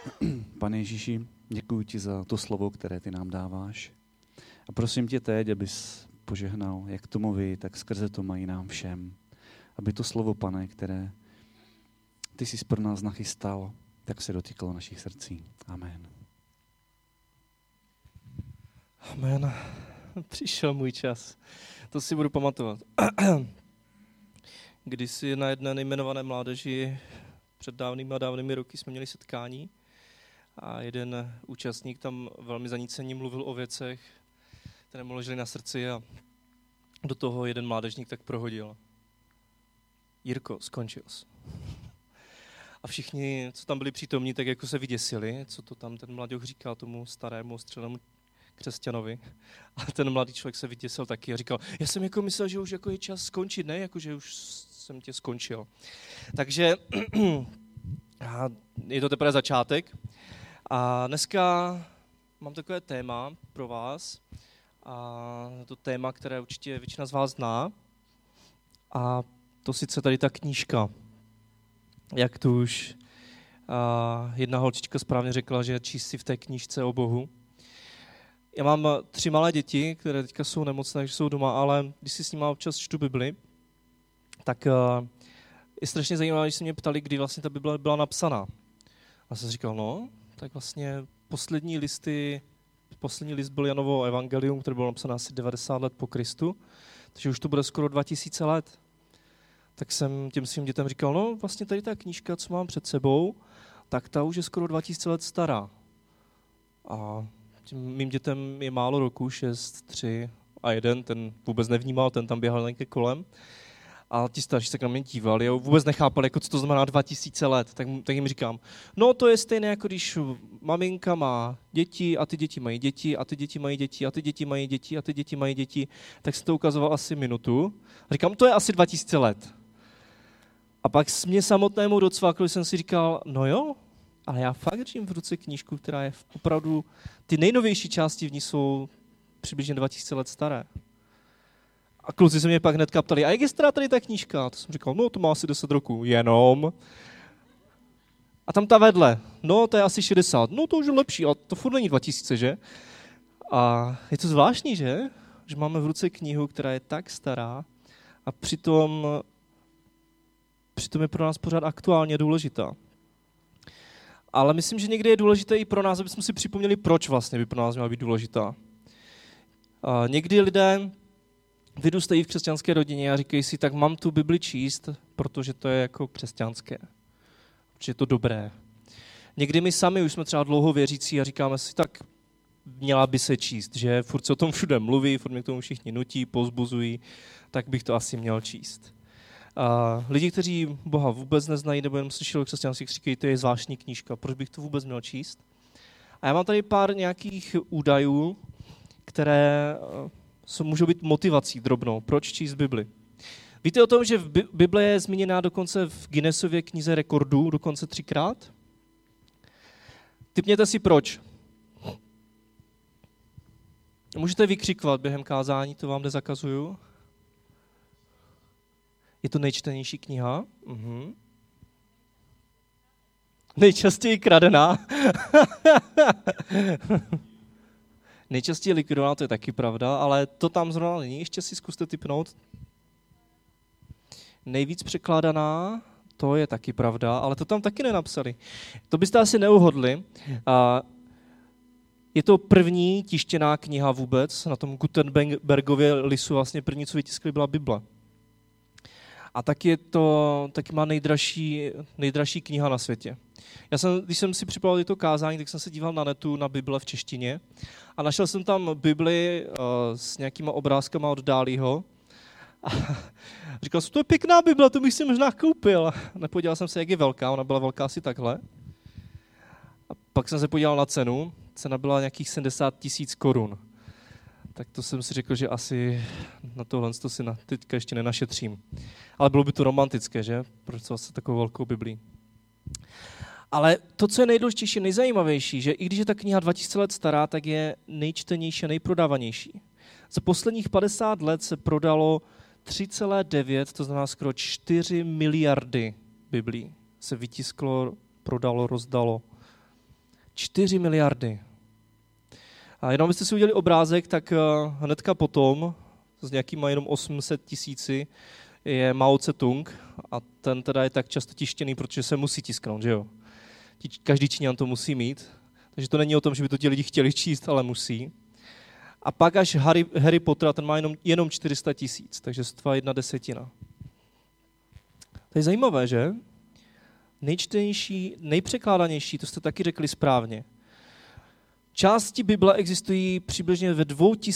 Pane Ježíši, děkuji ti za to slovo, které ty nám dáváš. A prosím tě teď, abys požehnal jak Tomovi, tak skrze to mají nám všem. Aby to slovo, Pane, které ty jsi pro nás nachystal, tak se dotýkalo našich srdcí. Amen. Amen. Přišel můj čas. To si budu pamatovat. Kdysi na jedné nejmenované mládeži před dávnými roky jsme měli setkání a jeden účastník tam velmi zaníceně mluvil o věcech, které mu ležely na srdci a do toho jeden mládežník tak prohodil. Jirko, skončil jsi. A všichni, co tam byli přítomní, tak jako se vyděsili, co to tam ten mladěch říkal tomu starému ostřelému křesťanovi. A ten mladý člověk se vyděsil taky a říkal, já jsem jako myslel, že už jako je čas skončit, ne? Jako, že už jsem tě skončil. Takže je to teprve začátek. A dneska mám takové téma pro vás. A to téma, které určitě většina z vás zná. A to sice tady ta knížka. Jak tu už jedna holčička správně řekla, že číst si v té knížce o Bohu. Já mám 3 malé děti, které teďka jsou nemocné, že jsou doma, ale když si s nimi občas čtu Bibli, tak je strašně zajímavé, když se mě ptali, kdy vlastně ta Bible byla napsaná. A jsem říkal, no, tak vlastně poslední list byl Janovo evangelium, které bylo napsané asi 90 let po Kristu, takže už to bude skoro 2000 let. Tak jsem těm svým dětem říkal, no vlastně tady ta knížka, co mám před sebou, tak ta už je skoro 2000 let stará. A mým dětem je málo roku, 6, 3 a 1, ten vůbec nevnímal, ten tam běhal někde kolem. A ti starší se k nám dívali a vůbec nechápali, jako co to znamená 2000 let. Tak jim říkám, no to je stejné, jako když maminka má děti a ty děti mají děti a ty děti mají děti a ty děti mají děti a ty děti mají děti. Tak jsem to ukazoval asi minutu. A říkám, to je asi 2000 let. A pak mě samotnému docvakl, jsem si říkal, no jo, ale já fakt držím v ruce knížku, která je opravdu, ty nejnovější části v ní jsou přibližně 2000 let staré. A kluci se mě pak hnedka ptali, a jak je stará tady ta knížka? A to jsem říkal, no to má asi 10 roků, jenom. A tam ta vedle, no to je asi 60, no to už je lepší, a to furt není 2000, že? A je to zvláštní, že? Že máme v ruce knihu, která je tak stará a přitom je pro nás pořád aktuálně důležitá. Ale myslím, že někdy je důležité i pro nás, aby jsme si připomněli, proč vlastně by pro nás měla být důležitá. A někdy lidé vyrůstají v křesťanské rodině a říkají si, tak mám tu Bibli číst, protože to je jako křesťanské. Protože je to dobré. Někdy my sami už jsme třeba dlouho věřící a říkáme si, tak měla by se číst, že furt se o tom všude mluví, furt mě k tomu všichni nutí, povzbuzují, tak bych to asi měl číst. A lidi, kteří Boha vůbec neznají, nebo jenom slyšeli o křesťanství, říkají, to je zvláštní knížka, proč bych to vůbec měl číst? A já mám tady pár nějakých údajů, které můžou být motivací drobnou, proč číst Bibli. Víte o tom, že Bible je zmíněná dokonce v Guinnessově knize rekordů, dokonce 3krát? Tipněte si proč. Můžete vykřikovat během kázání, to vám nezakazuju. Je to nejčtenější kniha. Nejčastěji kradená. Nejčastěji likvidovaná, to je taky pravda, ale to tam zrovna není. Ještě si zkuste tipnout. Nejvíc překládaná, to je taky pravda, ale to tam taky nenapsali. To byste asi neuhodli. Je to první tištěná kniha vůbec. Na tom Gutenbergově lisu vlastně první, co vytiskli, byla Bible. A taky má nejdražší kniha na světě. Když jsem si připravil to kázání, tak jsem se díval na netu na Bible v češtině a našel jsem tam Bibli s nějakýma obrázkama od Dálího. A říkal jsem, to je pěkná Bible, to bych si možná koupil. A nepodíval jsem se, jak je velká, ona byla velká asi takhle. A pak jsem se podíval na cenu, cena byla nějakých 70 000 korun. Tak to jsem si řekl, že asi na tohle si teďka ještě nenašetřím. Ale bylo by to romantické, že? Proč se takovou velkou Biblí? Ale to, co je nejdůležitější, nejzajímavější, že i když je ta kniha 2000 let stará, tak je nejčtenější a nejprodávanější. Za posledních 50 let se prodalo 3,9, to znamená skoro 4 miliardy Biblí. Se vytisklo, prodalo, rozdalo. 4 miliardy. A jenom abyste si udělali obrázek, tak hnedka potom, s nějakýma jenom 800 000, je Mao Tse-tung a ten teda je tak často tištěný, protože se musí tisknout, že jo? Každý Číňan to musí mít, takže to není o tom, že by to ti lidi chtěli číst, ale musí. A pak až Harry Potter, ten má jenom 400 000, takže to je 1/10. To je zajímavé, že? Nejčtenější, nejpřekládanější, to jste taky řekli správně. Části Bible existují přibližně ve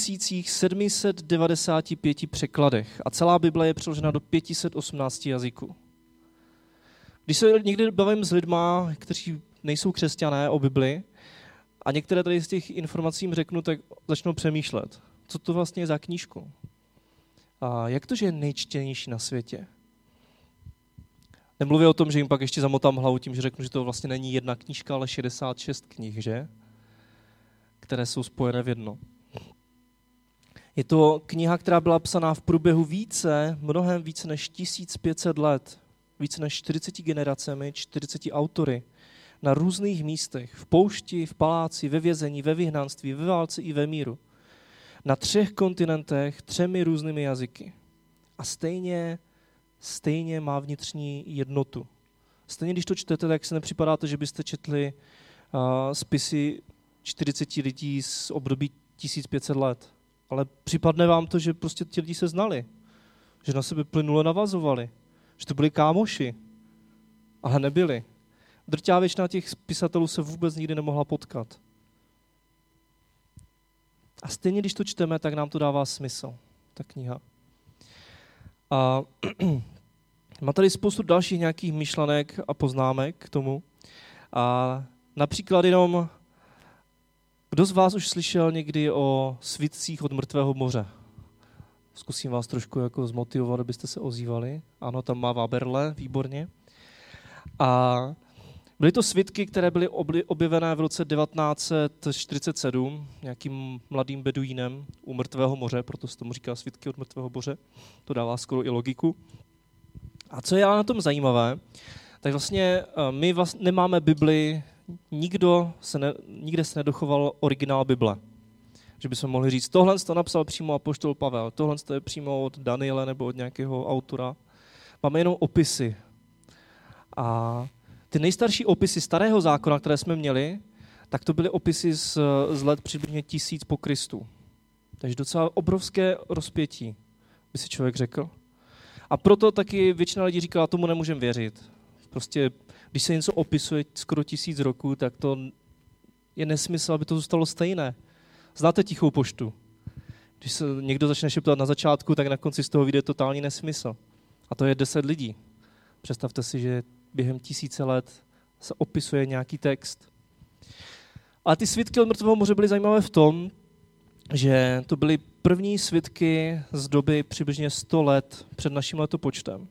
2795 překladech a celá Bible je přeložena do 518 jazyků. Když se někdy bavím s lidma, kteří nejsou křesťané, o Bibli, a některé tady z těch informací jim řeknu, tak začnou přemýšlet, co to vlastně je za knížku. A jak to, že je nejčtenější na světě? Nemluvím o tom, že jim pak ještě zamotám hlavu tím, že řeknu, že to vlastně není jedna knížka, ale 66 knih, že? Které jsou spojené v jedno. Je to kniha, která byla psaná v průběhu mnohem více než 1500 let, více než 40 generacemi, 40 autory, na různých místech, v poušti, v paláci, ve vězení, ve vyhnanství, ve válce i ve míru. Na 3 kontinentech, 3 různými jazyky. A stejně má vnitřní jednotu. Stejně, když to čtete, tak se nepřipadáte, že byste četli spisy 40 lidí z období 1500 let. Ale připadne vám to, že prostě ti lidi se znali. Že na sebe plynule navazovali. Že to byli kámoši. Ale nebyli. Drtivá většina těch spisatelů se vůbec nikdy nemohla potkat. A stejně, když to čteme, tak nám to dává smysl, ta kniha. A má tady spoustu dalších nějakých myšlenek a poznámek k tomu. A například jenom, kdo z vás už slyšel někdy o svitcích od mrtvého moře? Zkusím vás trošku jako zmotivovat, abyste se ozývali. Ano, tam má berle, výborně. A byly to svitky, které byly objevené v roce 1947 nějakým mladým beduínem u mrtvého moře, proto se tomu říká svitky od mrtvého moře. To dává skoro i logiku. A co je ale na tom zajímavé, tak vlastně my nemáme Bibli, nikde se nedochoval originál Bible. Že bychom mohli říct, tohle to napsal přímo apoštol Pavel, tohle to je přímo od Daniele nebo od nějakého autora. Máme jenom opisy. A ty nejstarší opisy starého zákona, které jsme měli, tak to byly opisy z let přibližně 1000 po Kristu. Takže docela obrovské rozpětí, by si člověk řekl. A proto taky většina lidí říkala, tomu nemůžeme věřit. Prostě, když se něco opisuje skoro 1000 roků, tak to je nesmysl, aby to zůstalo stejné. Znáte Tichou poštu? Když se někdo začne šeptat na začátku, tak na konci z toho vyjde totální nesmysl. A to je 10 lidí. Představte si, že během 1000 let se opisuje nějaký text. Ale ty svitky od mrtvého moře byly zajímavé v tom, že to byly první svitky z doby přibližně 100 let před naším letopočtem.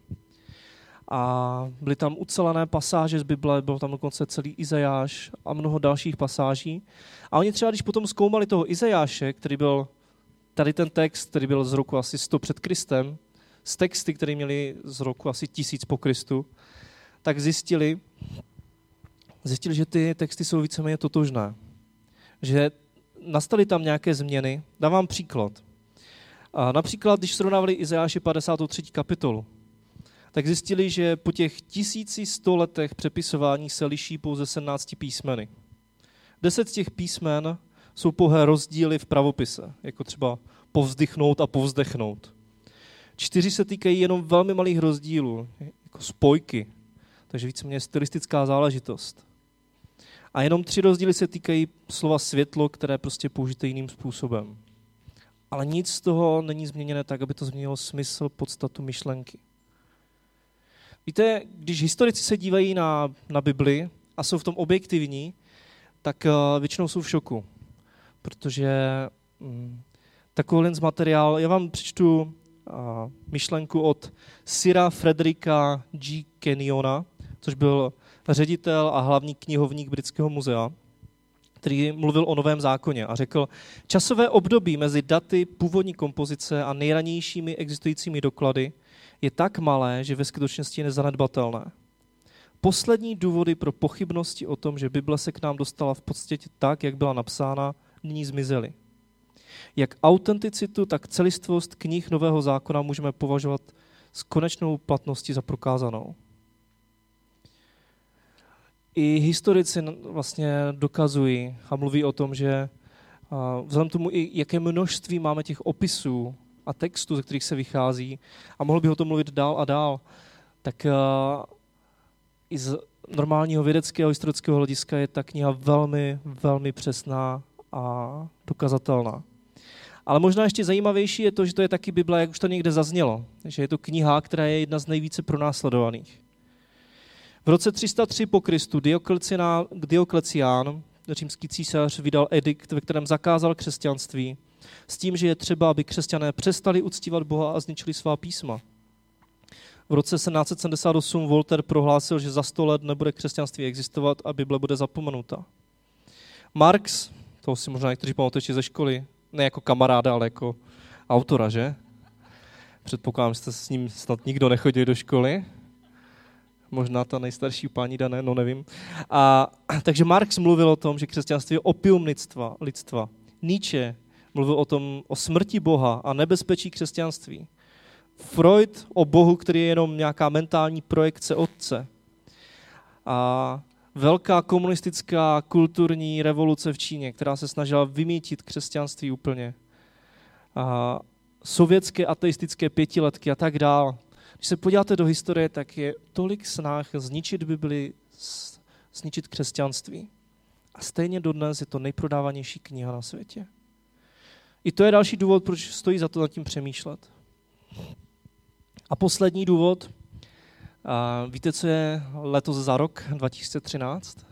A byly tam ucelené pasáže z Bible, byl tam dokonce celý Izajáš a mnoho dalších pasáží. A oni třeba, když potom zkoumali toho Izajáše, který byl, tady ten text, který byl z roku asi 100 před Kristem, z texty, které měli z roku asi 1000 po Kristu, tak zjistili, že ty texty jsou víceméně totožné. Že nastaly tam nějaké změny. Dávám příklad. A například, když srovnávali Izajáše 53. kapitolu, tak zjistili, že po těch 1100 letech přepisování se liší pouze 17 písmeny. 10 z těch písmen jsou pouhé rozdíly v pravopise, jako třeba povzdychnout a povzdechnout. 4 se týkají jenom velmi malých rozdílů, jako spojky, takže víceméně stylistická záležitost. A jenom 3 rozdíly se týkají slova světlo, které prostě použité jiným způsobem. Ale nic z toho není změněné tak, aby to změnilo smysl, podstatu myšlenky. Víte, když historici se dívají na Bibli a jsou v tom objektivní, tak většinou jsou v šoku. Protože takovýhle materiál, já vám přečtu myšlenku od Sira Frederika G. Kenniona, což byl ředitel a hlavní knihovník Britského muzea, který mluvil o Novém zákoně a řekl, časové období mezi daty původní kompozice a nejranějšími existujícími doklady je tak malé, že ve skutečnosti je nezanedbatelné. poslední důvody pro pochybnosti o tom, že Bible se k nám dostala v podstatě tak, jak byla napsána, nyní zmizely. Jak autenticitu, tak celistvost knih Nového zákona můžeme považovat s konečnou platností za prokázanou. I historici vlastně dokazují a mluví o tom, že vzhledem tomu, i jaké množství máme těch opisů a textů, ze kterých se vychází, a mohl bych o tom mluvit dál a dál, tak i z normálního vědeckého historického hlediska je ta kniha velmi, velmi přesná a dokazatelná. Ale možná ještě zajímavější je to, že to je taky Bible, jak už to někde zaznělo, že je to kniha, která je jedna z nejvíce pronásledovaných. V roce 303 po Kristu Dioklecián, římský císař, vydal edikt, ve kterém zakázal křesťanství, s tím, že je třeba, aby křesťané přestali uctívat Boha a zničili svá písma. V roce 1778 Voltaire prohlásil, že za 100 let nebude křesťanství existovat a Bible bude zapomenuta. Marx, toho si možná někteří pamatujete ze školy, ne jako kamaráda, ale jako autora, že? Předpokládám, že jste s ním snad nikdo nechodil do školy. Možná ta nejstarší paní Dané, no nevím. Takže Marx mluvil o tom, že křesťanství je opium lidstva. Nietzsche mluvil o tom, o smrti Boha a nebezpečí křesťanství. Freud o Bohu, který je jenom nějaká mentální projekce otce. A velká komunistická kulturní revoluce v Číně, která se snažila vymýtit křesťanství úplně. A sovětské ateistické pětiletky a tak dál. Když se podíváte do historie, tak je tolik snah zničit Bibli, zničit křesťanství. A stejně dodnes je to nejprodávanější kniha na světě. I to je další důvod, proč stojí za to nad tím přemýšlet. A poslední důvod, víte, co je letos za rok 2013?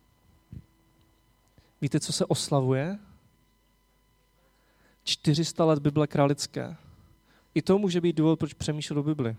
Víte, co se oslavuje? 400 let Bible králické. I to může být důvod, proč přemýšlet o Bibli.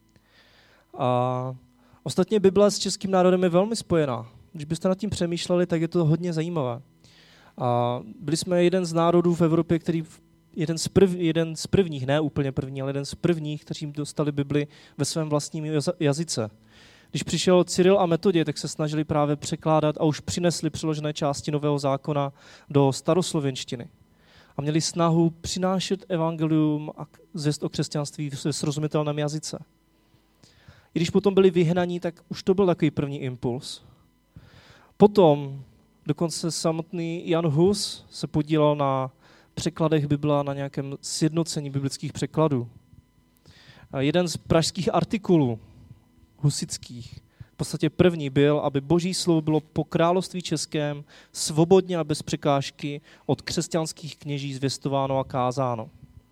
A ostatně Bible s českým národem je velmi spojená. Když byste nad tím přemýšleli, tak je to hodně zajímavé. A byli jsme jeden z národů v Evropě, který jeden z prvních, ne úplně první, ale jeden z prvních, kteří dostali Bibli ve svém vlastním jazyce. Když přišel Cyril a Metodě, tak se snažili právě překládat a už přinesli přeložené části Nového zákona do staroslovenštiny. A měli snahu přinášet evangelium a zvěst o křesťanství ve srozumitelném jazyce. I když potom byli vyhnaní, tak už to byl takový první impuls. Potom dokonce samotný Jan Hus se podílel na překladech Bible, na nějakém sjednocení biblických překladů. A jeden z pražských artikulů husických, v podstatě první byl, aby Boží slovo bylo po království českém svobodně a bez překážky od křesťanských kněží zvěstováno a kázáno.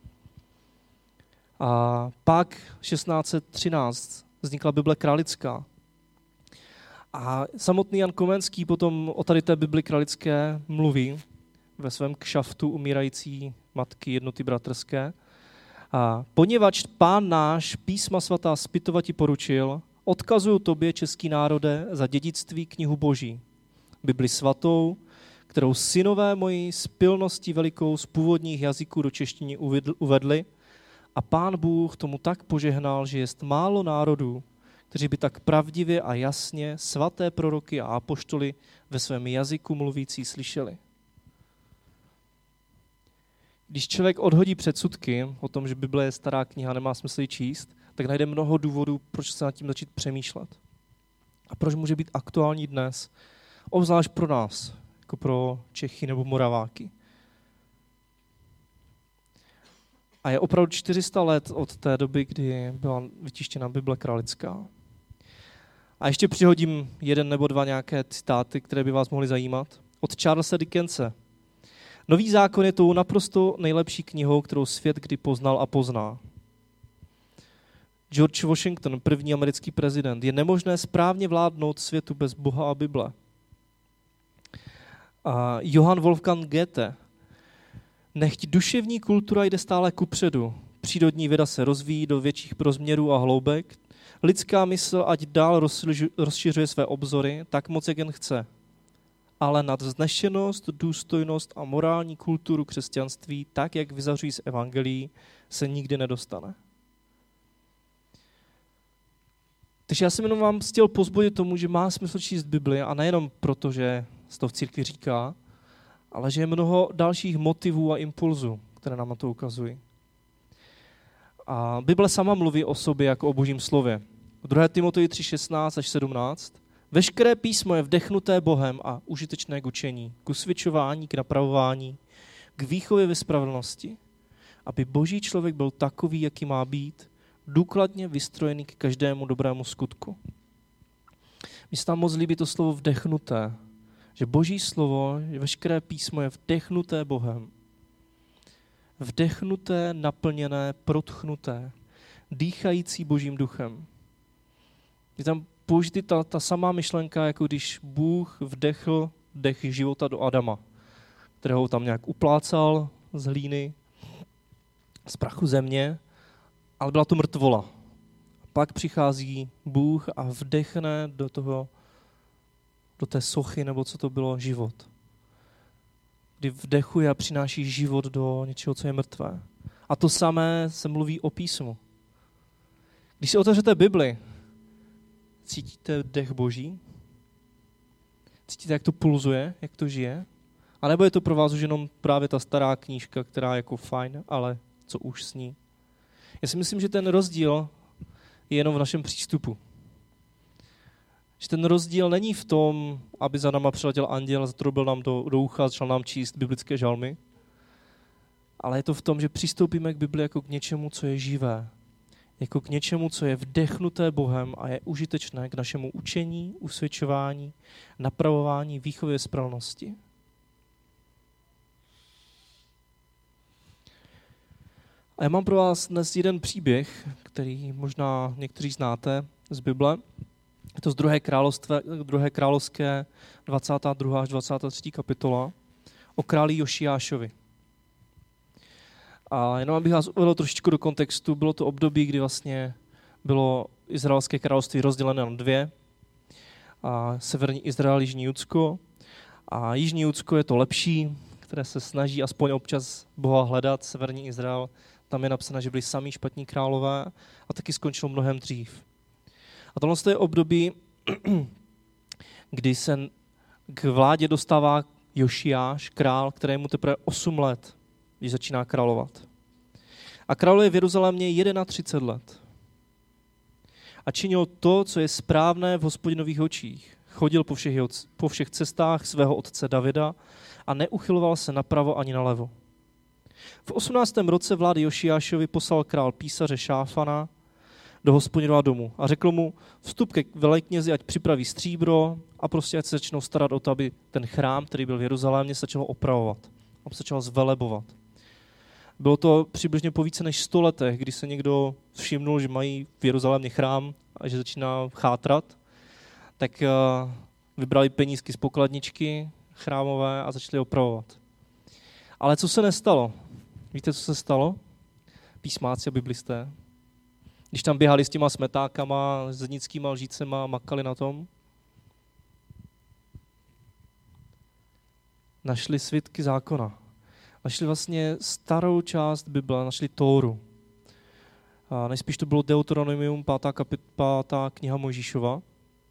A pak 1613 vznikla Bible králická. A samotný Jan Komenský potom o tady té Bibli králické mluví ve svém kšaftu umírající matky jednoty bratrské. A poněvadž Pán náš písma svatá zpytovati poručil, odkazuju tobě, český národe, za dědictví knihu Boží, Bibli svatou, kterou synové moji z pilnosti velikou z původních jazyků do češtiny uvedli, a Pán Bůh tomu tak požehnal, že jest málo národů, kteří by tak pravdivě a jasně svaté proroky a apoštoly ve svém jazyku mluvící slyšeli. Když člověk odhodí předsudky o tom, že Bible je stará kniha, nemá smysl ji číst, tak najde mnoho důvodů, proč se nad tím začít přemýšlet. A proč může být aktuální dnes, obzvlášť pro nás, jako pro Čechy nebo Moraváky. A je opravdu 400 let od té doby, kdy byla vytištěna Bible králická. A ještě přihodím jeden nebo dva nějaké citáty, které by vás mohly zajímat. Od Charlesa Dickense. Nový zákon je tou naprosto nejlepší knihou, kterou svět kdy poznal a pozná. George Washington, první americký prezident. Je nemožné správně vládnout světu bez Boha a Bible. A Johann Wolfgang Goethe. Nechť duševní kultura jde stále kupředu. Přírodní věda se rozvíjí do větších rozměrů a hloubek. Lidská mysl ať dál rozšiřuje své obzory, tak moc, jak jen chce. Ale nad vznešenost, důstojnost a morální kulturu křesťanství, tak, jak vyzařují z evangelií, se nikdy nedostane. Takže já jsem jenom vám chtěl pozbudit tomu, že má smysl číst Bibli a nejenom proto, že se to v církvi říká, ale že je mnoho dalších motivů a impulzů, které nám na to ukazují. A Bible sama mluví o sobě jako o Božím slově. V 2. Timoteji 3:16 až 17. Veškeré písmo je vdechnuté Bohem a užitečné k učení, k usvědčování, k napravování, k výchově ve spravedlnosti, aby Boží člověk byl takový, jaký má být, důkladně vystrojený k každému dobrému skutku. Mně se tam moc líbí to slovo vdechnuté, že Boží slovo, že veškeré písmo je vdechnuté Bohem. Vdechnuté, naplněné, protchnuté, dýchající Božím duchem. Je tam použitá ta samá myšlenka, jako když Bůh vdechl dech života do Adama, kterého tam nějak uplácal z hlíny, z prachu země, ale byla to mrtvola. Pak přichází Bůh a vdechne do té sochy, nebo co to bylo, život. Kdy vdechuje a přináší život do něčeho, co je mrtvé. A to samé se mluví o písmu. Když si otevřete Bibli, cítíte dech Boží? Cítíte, jak to pulzuje, jak to žije? A nebo je to pro vás už jenom právě ta stará knížka, která je jako fajn, ale co už s ní? Já si myslím, že ten rozdíl je jenom v našem přístupu. Že ten rozdíl není v tom, aby za náma přiletěl anděl, zatroubil nám do ucha, začal nám číst biblické žalmy, ale je to v tom, že přistoupíme k Bibli jako k něčemu, co je živé, jako k něčemu, co je vdechnuté Bohem a je užitečné k našemu učení, usvědčování, napravování, výchově spravedlnosti. A já mám pro vás dnes jeden příběh, který možná někteří znáte z Bible. Je to z 2. královské 22. až 23. kapitola o králi Jošiášovi. A jenom abych vás uvedl trošičku do kontextu, bylo to období, kdy vlastně bylo izraelské království rozdělené na dvě. A severní Izrael, jižní Judsko. A jižní Judsko je to lepší, které se snaží aspoň občas Boha hledat. Severní Izrael, tam je napsáno, že byli samí špatní králové a taky skončilo mnohem dřív. A tohle je období, kdy se k vládě dostává Jošiáš, král, kterému teprve 8 let, když začíná královat. A králuje v Jeruzalémě 31 let. A činil to, co je správné v Hospodinových očích. Chodil po všech cestách svého otce Davida a neuchyloval se napravo ani nalevo. V 18. roce vlády Jošiášovi poslal král písaře Šáfana do Hospodinova domu a řekl mu, vstup ke veleknězi, ať připraví stříbro a prostě ať se začnou starat o to, aby ten chrám, který byl v Jeruzalémě, se začal opravovat, aby se začal zvelebovat. Bylo to přibližně po více než 100 letech, kdy se někdo všimnul, že mají v Jeruzalémě chrám a že začíná chátrat, tak vybrali penízky z pokladničky chrámové a začali opravovat. Ale co se nestalo? Víte, co se stalo? Písmáci a biblisté. Když tam běhali s těma smetákama, s zednickýma lžícema a makali na tom, našli svitky zákona. Našli vlastně starou část Bible, našli Tóru. A nejspíš to bylo Deuteronomium, 5. kniha Mojžíšova.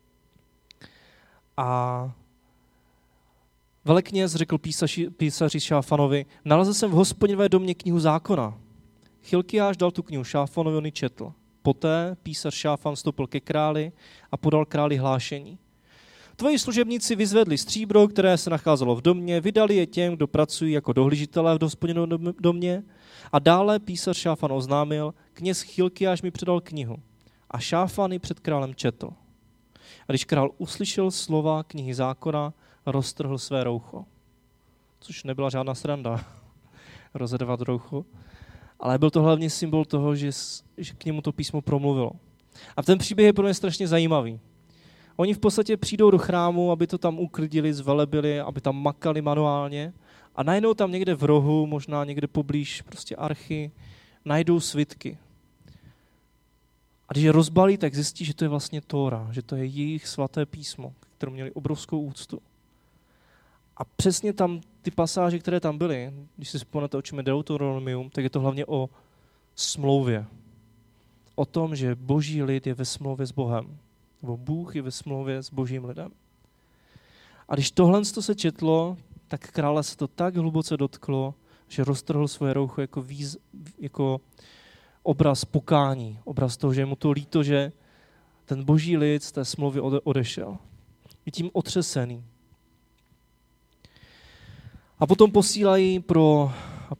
A velekněz řekl písaři Šáfanovi, nalezl jsem v Hospodinové domě knihu zákona. Chilkiáš dal tu knihu Šáfanovi, on ji četl. Poté písař Šáfan vstoupil ke králi a podal králi hlášení. Tvoji služebníci vyzvedli stříbro, které se nacházelo v domě, vydali je těm, kdo pracují jako dohlížitelé v Hospodinově domě a dále písař Šáfan oznámil, kněz Chilkiáš mi předal knihu a Šáfan ji před králem četl. A když král uslyšel slova knihy zákona, roztrhl své roucho. Což nebyla žádná sranda, rozedvat roucho. Ale byl to hlavně symbol toho, že k němu to písmo promluvilo. A ten příběh je pro mě strašně zajímavý. Oni v podstatě přijdou do chrámu, aby to tam uklidili, zvelebili, aby tam makali manuálně a najednou tam někde v rohu, možná někde poblíž prostě archy, najdou svitky. A když je rozbalí, tak zjistí, že to je vlastně Tóra, že to je jejich svaté písmo, kterému měli obrovskou úctu. A přesně tam ty pasáže, které tam byly, když si vzpomenete, o čem je Deuteronomium, tak je to hlavně o smlouvě. O tom, že boží lid je ve smlouvě s Bohem. Nebo Bůh je ve smlouvě s božím lidem. A když tohle se četlo, tak krále se to tak hluboce dotklo, že roztrhl svoje roucho jako obraz pokání, obraz toho, že je mu to líto, že ten boží lid z té smlouvy odešel. Je tím otřesený. A potom posílají pro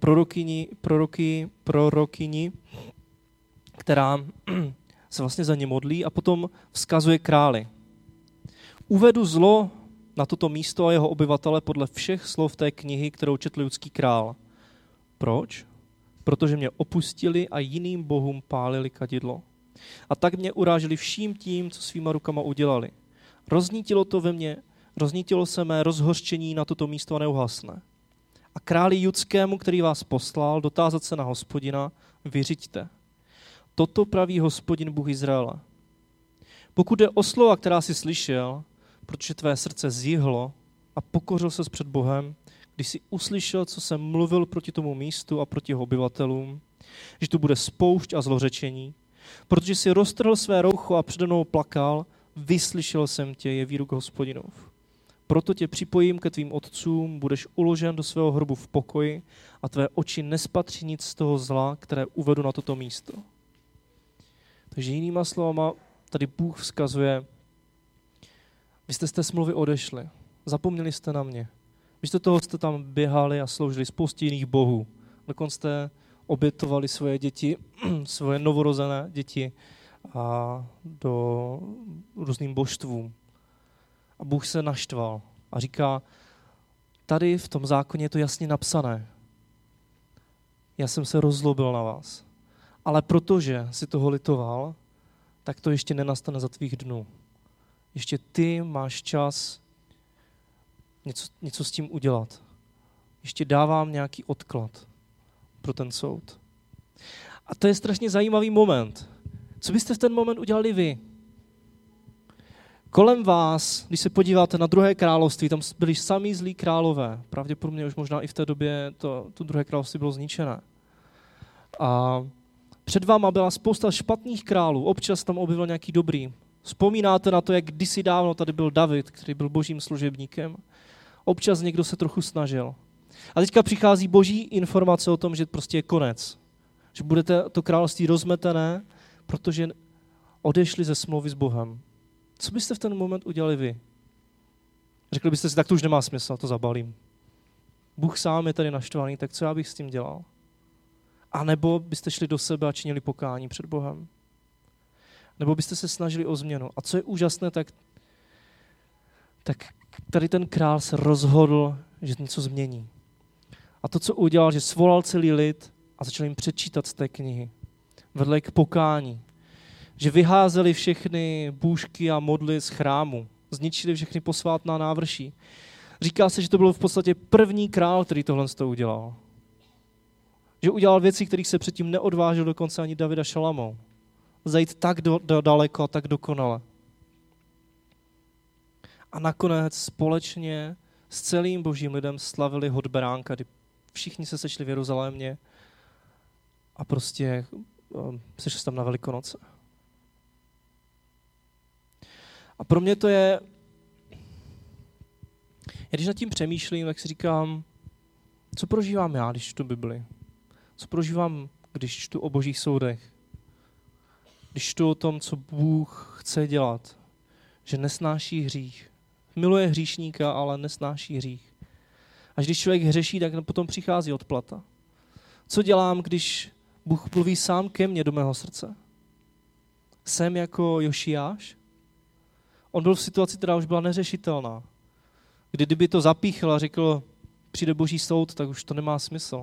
prorokyni, která se vlastně za ně modlí a potom vzkazuje králi. Uvedu zlo na toto místo a jeho obyvatele podle všech slov té knihy, kterou četl judský král. Proč? Protože mě opustili a jiným bohům pálili kadidlo. A tak mě uráželi vším tím, co svýma rukama udělali. Roznítilo se mé rozhořčení na toto místo a neuhasne. A králi judskému, který vás poslal, dotázat se na Hospodina, vyřiďte. Toto praví Hospodin Bůh Izraela. Pokud je o slova, která jsi slyšel, protože tvé srdce zjihlo a pokořil ses před Bohem, když jsi uslyšel, co jsem mluvil proti tomu místu a proti jeho obyvatelům, že tu bude spoušť a zlořečení, protože jsi roztrhl své roucho a přede mnou plakal, vyslyšel jsem tě, je výrok Hospodinův. Proto tě připojím ke tvým otcům, budeš uložen do svého hrobu v pokoji a tvé oči nespatří nic z toho zla, které uvedu na toto místo. Takže jinýma slovama tady Bůh vzkazuje, vy jste z té smlouvy odešli, zapomněli jste na mě. Místo toho jste tam běhali a sloužili spoustě jiných bohů. Dokonce jste obětovali svoje děti, svoje novorozené děti a do různým božstvům. A Bůh se naštval a říká, tady v tom zákoně je to jasně napsané. Já jsem se rozlobil na vás. Ale protože si toho litoval, tak to ještě nenastane za tvých dnů. Ještě ty máš čas něco s tím udělat. Ještě dávám nějaký odklad pro ten soud. A to je strašně zajímavý moment. Co byste v ten moment udělali vy? Kolem vás, když se podíváte na druhé království, tam byli samý zlí králové. Pravděpodobně už možná i v té době to druhé království bylo zničené. A před váma byla spousta špatných králů, občas tam objevil nějaký dobrý. Vzpomínáte na to, jak kdysi dávno tady byl David, který byl božím služebníkem. Občas někdo se trochu snažil. A teďka přichází boží informace o tom, že prostě je konec. Že budete to království rozmetené, protože odešli ze smlouvy s Bohem. Co byste v ten moment udělali vy? Řekli byste si, tak to už nemá smysl, to zabalím. Bůh sám je tady naštvaný, tak co já bych s tím dělal? A nebo byste šli do sebe a činili pokání před Bohem? Nebo byste se snažili o změnu? A co je úžasné, tak tady ten král se rozhodl, že něco změní. A to, co udělal, že svolal celý lid a začal jim přečítat z té knihy. Vedl je k pokání. Že vyházeli všechny bůžky a modly z chrámu. Zničili všechny posvátná návrší. Říká se, že to byl v podstatě první král, který tohle udělal. Že udělal věci, kterých se předtím neodvážil dokonce ani David a Šalamón. Zajít tak daleko a tak dokonale. A nakonec společně s celým božím lidem slavili hod beránka, kdy všichni se sešli v Jeruzalémě a prostě sešli se tam na Velikonoce. A pro mě to je, když nad tím přemýšlím, tak si říkám, co prožívám já, když čtu Bibli? Co prožívám, když čtu o božích soudech? Když čtu o tom, co Bůh chce dělat, že nesnáší hřích. Miluje hříšníka, ale nesnáší hřích. Až když člověk hřeší, tak potom přichází odplata. Co dělám, když Bůh mluví sám ke mně do mého srdce? Jsem jako Jošiáš? On byl v situaci, která už byla neřešitelná. Kdyby to zapíchl a řekl, přijde boží soud, tak už to nemá smysl.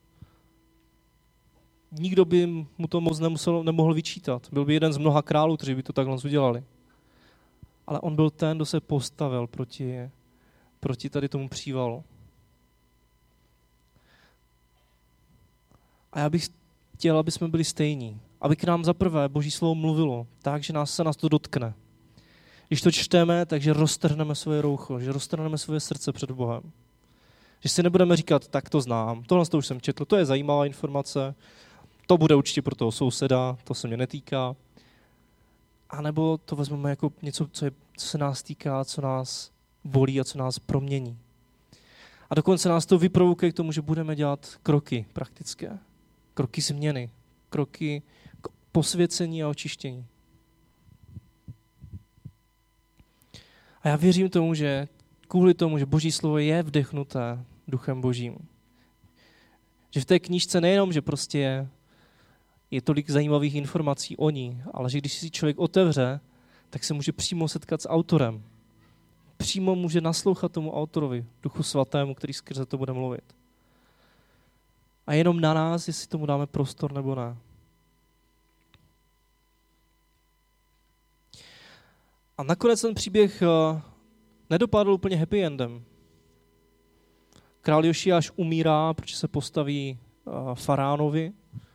Nikdo by mu to moc nemohl vyčítat. Byl by jeden z mnoha králů, kteří by to takhle udělali. Ale on byl ten, kdo se postavil proti tady tomu přívalu. A já bych chtěl, aby jsme byli stejní. Aby k nám zaprvé boží slovo mluvilo tak, že se nás to dotkne. Když to čteme, takže roztrhneme svoje roucho, že roztrhneme svoje srdce před Bohem. Že si nebudeme říkat, tak to znám, tohle to už jsem četl, to je zajímavá informace, to bude určitě pro toho souseda, to se mě netýká. A nebo to vezmeme jako něco, co se nás týká, co nás bolí a co nás promění. A dokonce nás to vyprovokuje k tomu, že budeme dělat kroky praktické. Kroky změny. Kroky k posvěcení a očištění. A já věřím tomu, že kvůli tomu, že Boží slovo je vdechnuté Duchem Božím. Že v té knížce nejenom, že prostě je tolik zajímavých informací o ní, ale že když si člověk otevře, tak se může přímo setkat s autorem. Přímo může naslouchat tomu autorovi, Duchu Svatému, který skrze to bude mluvit. A jenom na nás, jestli tomu dáme prostor nebo ne. A nakonec ten příběh nedopadl úplně happy endem. Král Jošiáš umírá, protože se postaví faraonovi.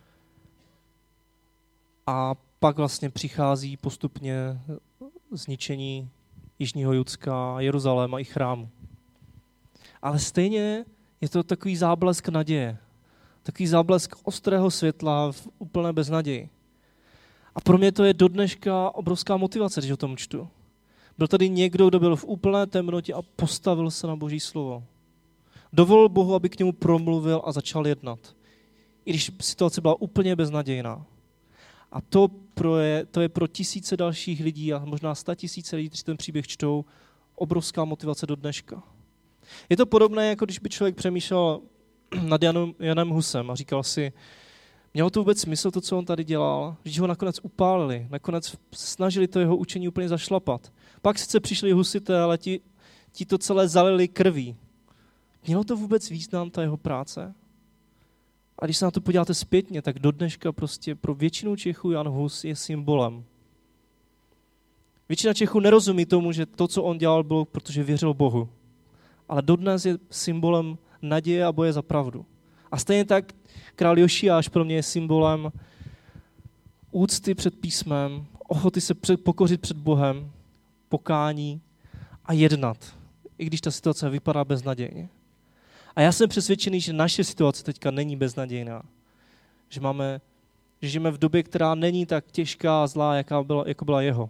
A pak vlastně přichází postupně zničení Jižního Judska, Jeruzaléma i chrámu. Ale stejně je to takový záblesk naděje. Takový záblesk ostrého světla v úplné beznaději. A pro mě to je do dneška obrovská motivace, když o tom čtu. Byl tady někdo, kdo byl v úplné temnotě a postavil se na Boží slovo. Dovolil Bohu, aby k němu promluvil a začal jednat. I když situace byla úplně beznadějná. A to je pro tisíce dalších lidí a možná 100 000 lidí, kteří ten příběh čtou, obrovská motivace do dneška. Je to podobné, jako když by člověk přemýšlel nad Janem Husem a říkal si, mělo to vůbec smysl to, co on tady dělal, když ho nakonec upálili, nakonec snažili to jeho učení úplně zašlapat. Pak sice přišli husité, ale ti to celé zalili krví. Mělo to vůbec význam, ta jeho práce? A když se na to podíváte zpětně, tak do dneška prostě pro většinu Čechů Jan Hus je symbolem. Většina Čechů nerozumí tomu, že to, co on dělal, bylo, protože věřil Bohu. Ale dodnes je symbolem naděje a boje za pravdu. A stejně tak král Jošiáš pro mě je symbolem úcty před písmem, ochoty se pokořit před Bohem, pokání a jednat, i když ta situace vypadá beznadějně. A já jsem přesvědčený, že naše situace teďka není beznadějná. Že žijeme v době, která není tak těžká a zlá, jako byla jeho.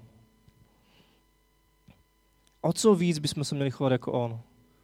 O co víc bychom se měli chovat jako on?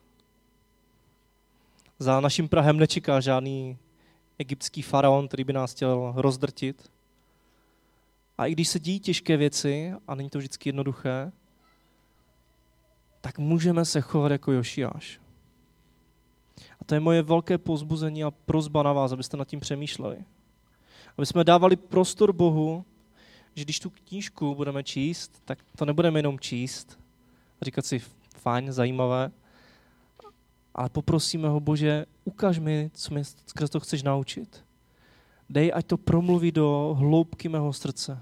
Za naším prahem nečeká žádný egyptský faraon, který by nás chtěl rozdrtit. A i když se dějí těžké věci, a není to vždycky jednoduché, tak můžeme se chovat jako Jošiáš. A to je moje velké povzbuzení a prosba na vás, abyste nad tím přemýšleli. Aby jsme dávali prostor Bohu, že když tu knížku budeme číst, tak to nebudeme jenom číst a říkat si fajn, zajímavé, ale poprosíme ho, Bože, ukaž mi, co mě skrz to chceš naučit. Dej, ať to promluví do hloubky mého srdce.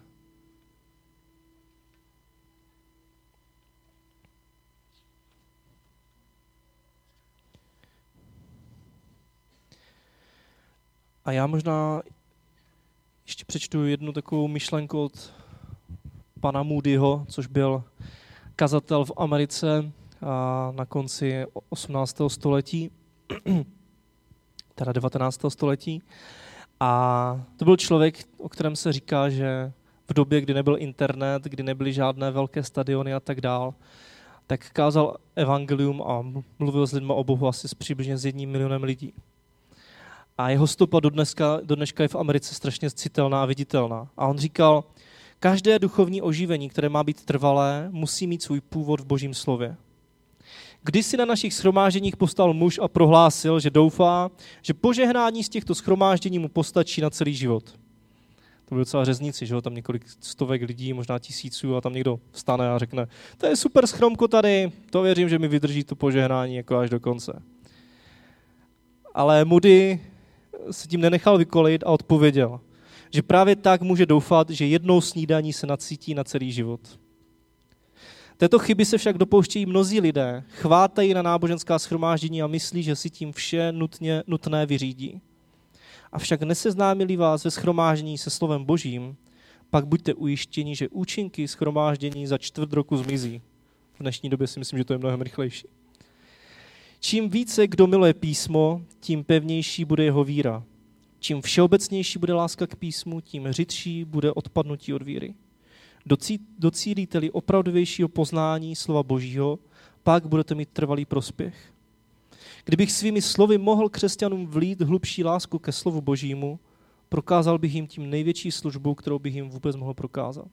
A já možná ještě přečtu jednu takovou myšlenku od pana Moodyho, což byl kazatel v Americe na konci 18. století, teda 19. století. A to byl člověk, o kterém se říká, že v době, kdy nebyl internet, kdy nebyly žádné velké stadiony a tak dál, tak kázal evangelium a mluvil s lidmi o Bohu asi přibližně s 1 milionem lidí. A jeho stopa do dneška je v Americe strašně citelná a viditelná. A on říkal, každé duchovní oživení, které má být trvalé, musí mít svůj původ v Božím slově. Kdysi na našich shromážděních postal muž a prohlásil, že doufá, že požehnání z těchto shromáždění mu postačí na celý život. To byl docela řezníci, že jo, tam několik stovek lidí, možná tisíců a tam někdo vstane a řekne, to je super schromko tady, to věřím, že mi vydrží to požehnání jako až do konce. Ale Moody se tím nenechal vykolit a odpověděl, že právě tak může doufat, že jednou snídaní se nacítí na celý život. Této chyby se však dopouštějí mnozí lidé, chvátají na náboženská shromáždění a myslí, že si tím vše nutné vyřídí. Avšak neseznámili vás ve shromáždění se slovem Božím, pak buďte ujištěni, že účinky shromáždění za 4 roku zmizí. V dnešní době si myslím, že to je mnohem rychlejší. Čím více kdo miluje písmo, tím pevnější bude jeho víra. Čím všeobecnější bude láska k písmu, tím řidší bude odpadnutí od víry. Docílíte-li opravdovějšího poznání slova Božího, pak budete mít trvalý prospěch. Kdybych svými slovy mohl křesťanům vlít hlubší lásku ke slovu Božímu, prokázal bych jim tím největší službu, kterou bych jim vůbec mohl prokázat.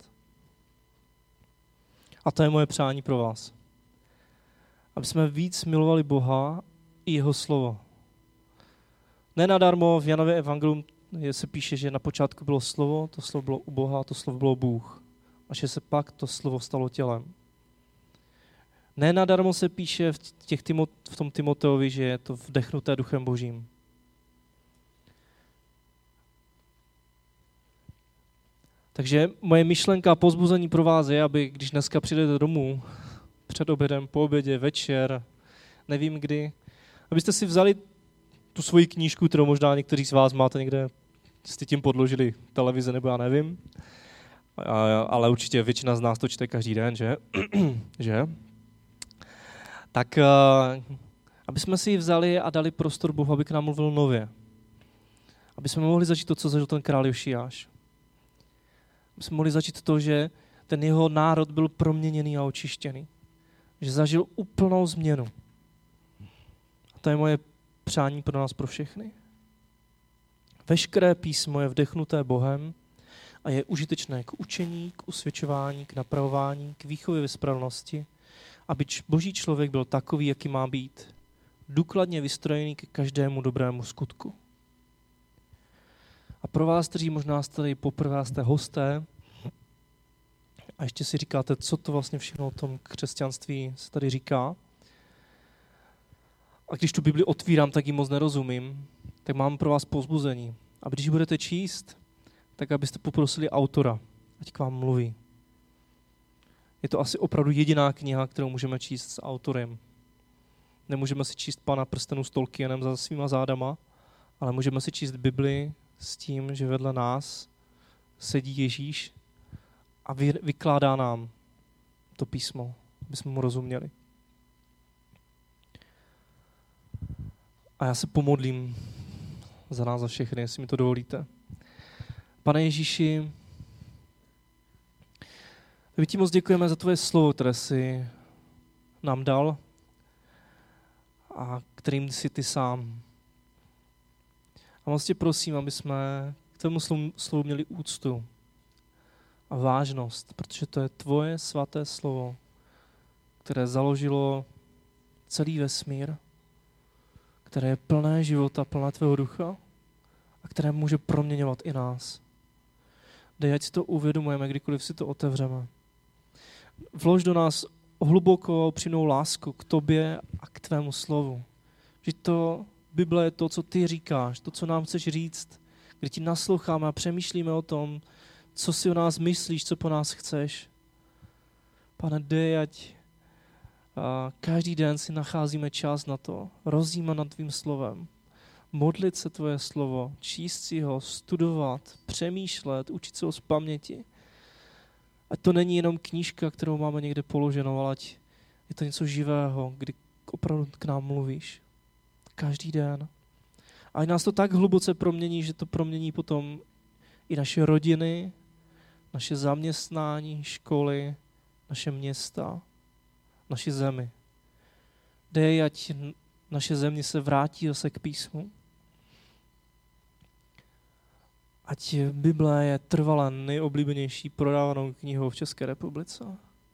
A to je moje přání pro vás. Aby jsme víc milovali Boha i jeho slovo. Nenadarmo v Janově evangelium se píše, že na počátku bylo slovo, to slovo bylo u Boha a to slovo bylo Bůh. A že se pak to slovo stalo tělem. Nenadarmo se píše v tom Timoteovi, že je to vdechnuté Duchem Božím. Takže moje myšlenka a povzbuzení pro vás je, aby když dneska přijdete domů, před obědem, po obědě, večer, nevím kdy, abyste si vzali tu svoji knížku, kterou možná někteří z vás máte někde, jste tím podložili televize, nebo já nevím, ale určitě většina z nás to čte každý den, že? že? Tak aby jsme si ji vzali a dali prostor Bohu, aby k nám mluvil nově. Aby jsme mohli začít to, co zažil ten král Jošiáš. Aby jsme mohli začít to, že ten jeho národ byl proměněný a očištěný. Že zažil úplnou změnu. A to je moje přání pro nás, pro všechny. Veškeré písmo je vdechnuté Bohem a je užitečné k učení, k usvědčování, k napravování, k výchově ve spravedlnosti, aby Boží člověk byl takový, jaký má být. Důkladně vystrojený ke každému dobrému skutku. A pro vás, kteří možná jste tady poprvé, jste hosté a ještě si říkáte, co to vlastně všechno o tom křesťanství se tady říká. A když tu Bibli otvírám, tak ji moc nerozumím, tak mám pro vás povzbuzení. A když budete číst, tak abyste poprosili autora, ať k vám mluví. Je to asi opravdu jediná kniha, kterou můžeme číst s autorem. Nemůžeme si číst Pána prstenů s Tolkienem za svýma zádama, ale můžeme si číst Bibli s tím, že vedle nás sedí Ježíš a vykládá nám to písmo, aby jsme mu rozuměli. A já se pomodlím za nás, za všechny, jestli mi to dovolíte. Pane Ježíši, my ti moc děkujeme za tvoje slovo, které jsi nám dal a kterým jsi ty sám. A moc tě prosím, aby jsme k tomu slovu měli úctu a vážnost, protože to je tvoje svaté slovo, které založilo celý vesmír, které je plné života, plné tvého ducha a které může proměňovat i nás. Dej, ať si to uvědomujeme, kdykoliv si to otevřeme. Vlož do nás hlubokou upřímnou lásku k tobě a k tvému slovu. Že to Bible je to, co ty říkáš, to, co nám chceš říct, kdy ti nasloucháme a přemýšlíme o tom, co si o nás myslíš, co po nás chceš. Pane, dej, ať každý den si nacházíme čas na to, rozjímat nad tvým slovem, modlit se tvoje slovo, číst si ho, studovat, přemýšlet, učit se ho z paměti. Ať to není jenom knížka, kterou máme někde položenou, ale ať je to něco živého, kdy opravdu k nám mluvíš. Každý den. A ať nás to tak hluboce promění, že to promění potom i naše rodiny, naše zaměstnání, školy, naše města, naši zemi. Dej, ať naše země se vrátí zase k písmu. Ať Bible je trvale nejoblíbenější prodávanou knihou v České republice.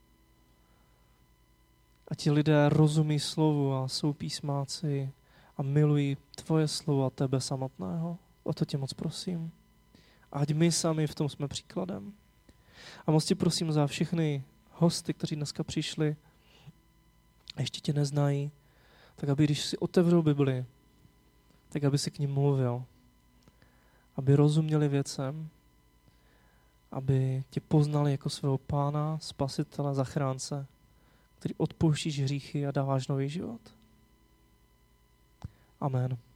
Ať lidé rozumí slovu a jsou písmáci a milují tvoje slovo a tebe samotného. O to tě moc prosím. Ať my sami v tom jsme příkladem. A moc tě prosím za všechny hosty, kteří dneska přišli a ještě tě neznají, tak aby když si otevřel Bibli, tak aby si k ním mluvil. Aby rozuměli věcem, aby tě poznali jako svého Pána, Spasitele, Zachránce, který odpouštíš hříchy a dáváš nový život. Amen.